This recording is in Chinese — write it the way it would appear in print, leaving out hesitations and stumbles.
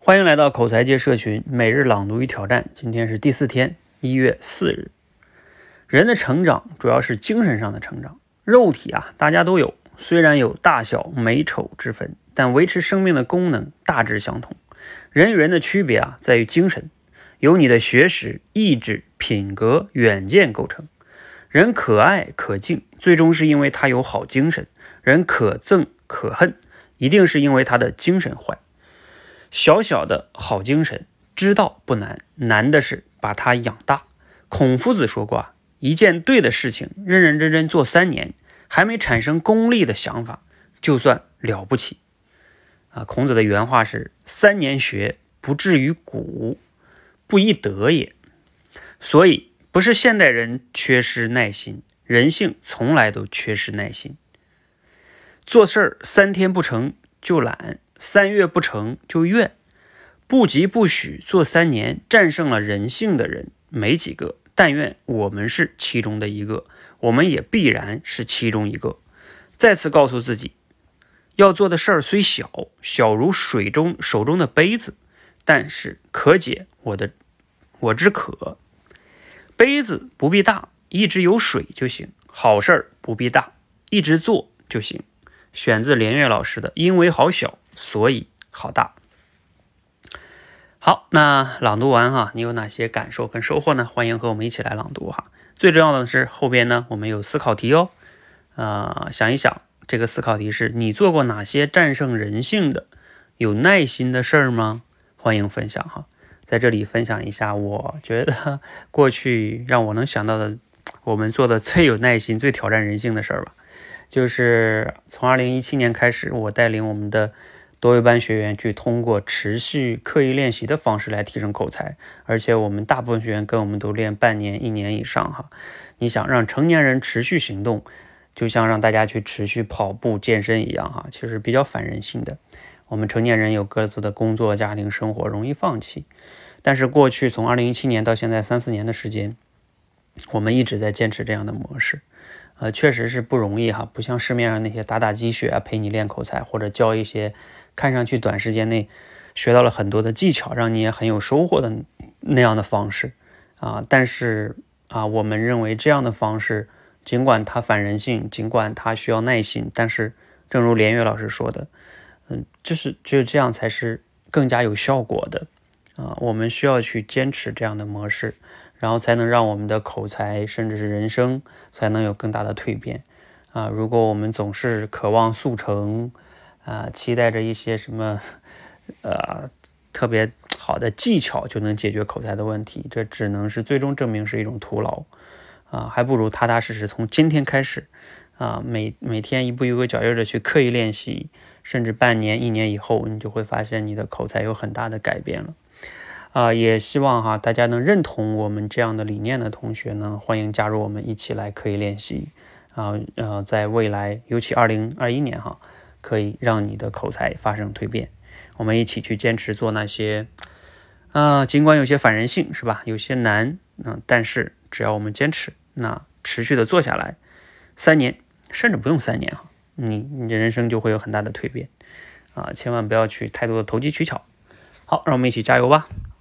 欢迎来到口才界社群每日朗读与挑战，今天是第4天，1月4日。人的成长主要是精神上的成长，肉体大家都有，虽然有大小美丑之分，但维持生命的功能大致相同。人与人的区别在于精神，由你的学识、意志、品格、远见构成。人可爱可敬，最终是因为他有好精神；人可憎可恨，一定是因为他的精神坏。小小的好精神，知道不难，难的是把它养大。孔夫子说过一件对的事情，认认真真做3年，还没产生功利的想法，就算了不起。孔子的原话是：3年学，不至于古，不亦得也。所以不是现代人缺失耐心，人性从来都缺失耐心。做事儿3天不成就懒，3月不成就怨，不急不许做3年，战胜了人性的人没几个，但愿我们是其中的一个，我们也必然是其中一个。再次告诉自己，要做的事儿虽小，小如手中的杯子，但是可解我之渴。杯子不必大，一直有水就行；好事儿不必大，一直做就行。选自连岳老师的《因为好小，所以好大》。好，那朗读完你有哪些感受跟收获呢？欢迎和我们一起来朗读最重要的是后边呢，我们有思考题想一想，这个思考题是：你做过哪些战胜人性的、有耐心的事儿吗？欢迎分享在这里分享一下，我觉得过去让我能想到的，我们做的最有耐心、最挑战人性的事儿吧。就是从2017年开始，我带领我们的多维班学员去通过持续刻意练习的方式来提升口才，而且我们大部分学员跟我们都练半年、1年以上你想让成年人持续行动，就像让大家去持续跑步健身一样其实比较反人性的。我们成年人有各自的工作、家庭生活，容易放弃。但是过去从2017年到现在3-4年的时间，我们一直在坚持这样的模式。确实是不容易不像市面上那些打鸡血陪你练口才，或者教一些看上去短时间内学到了很多的技巧，让你也很有收获的那样的方式但是我们认为这样的方式，尽管它反人性，尽管它需要耐心，但是正如连岳老师说的，就是只有这样才是更加有效果的我们需要去坚持这样的模式，然后才能让我们的口才甚至是人生才能有更大的蜕变如果我们总是渴望速成期待着一些什么特别好的技巧就能解决口才的问题，这只能是最终证明是一种徒劳还不如踏踏实实从今天开始每天一步一个脚印的去刻意练习，甚至半年、1年以后，你就会发现你的口才有很大的改变了也希望大家能认同我们这样的理念的同学呢，欢迎加入我们一起来刻意练习在未来，尤其2021年可以让你的口才发生蜕变。我们一起去坚持做那些尽管有些反人性是吧，有些难但是只要我们坚持，那持续的做下来，3年甚至不用3年你的人生就会有很大的蜕变千万不要去太多的投机取巧。好，让我们一起加油吧。